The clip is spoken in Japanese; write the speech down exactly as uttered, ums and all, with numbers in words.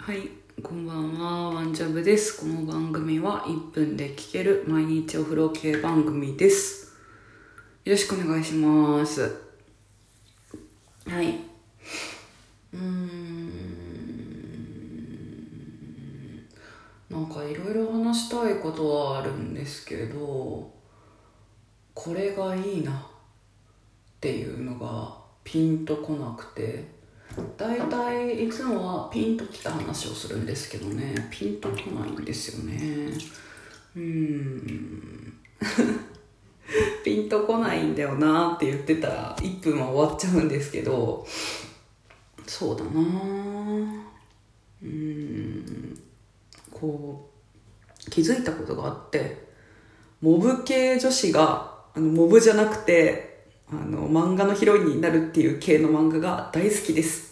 はい、こんばんは、ワンジャブです。この番組はいっぷんで聴ける毎日お風呂系番組です。よろしくお願いします。はい。うーん。なんかいろいろ話したいことはあるんですけど、これがいいなっていうのがピンとこなくて、だいたいいつもはピンときた話をするんですけどね、ピンとこないんですよね。うーんピンとこないんだよなって言ってたらいっぷんは終わっちゃうんですけど、そうだなうーんこう気づいたことがあって、モブ系女子があのモブじゃなくてあの漫画のヒロインになるっていう系の漫画が大好きです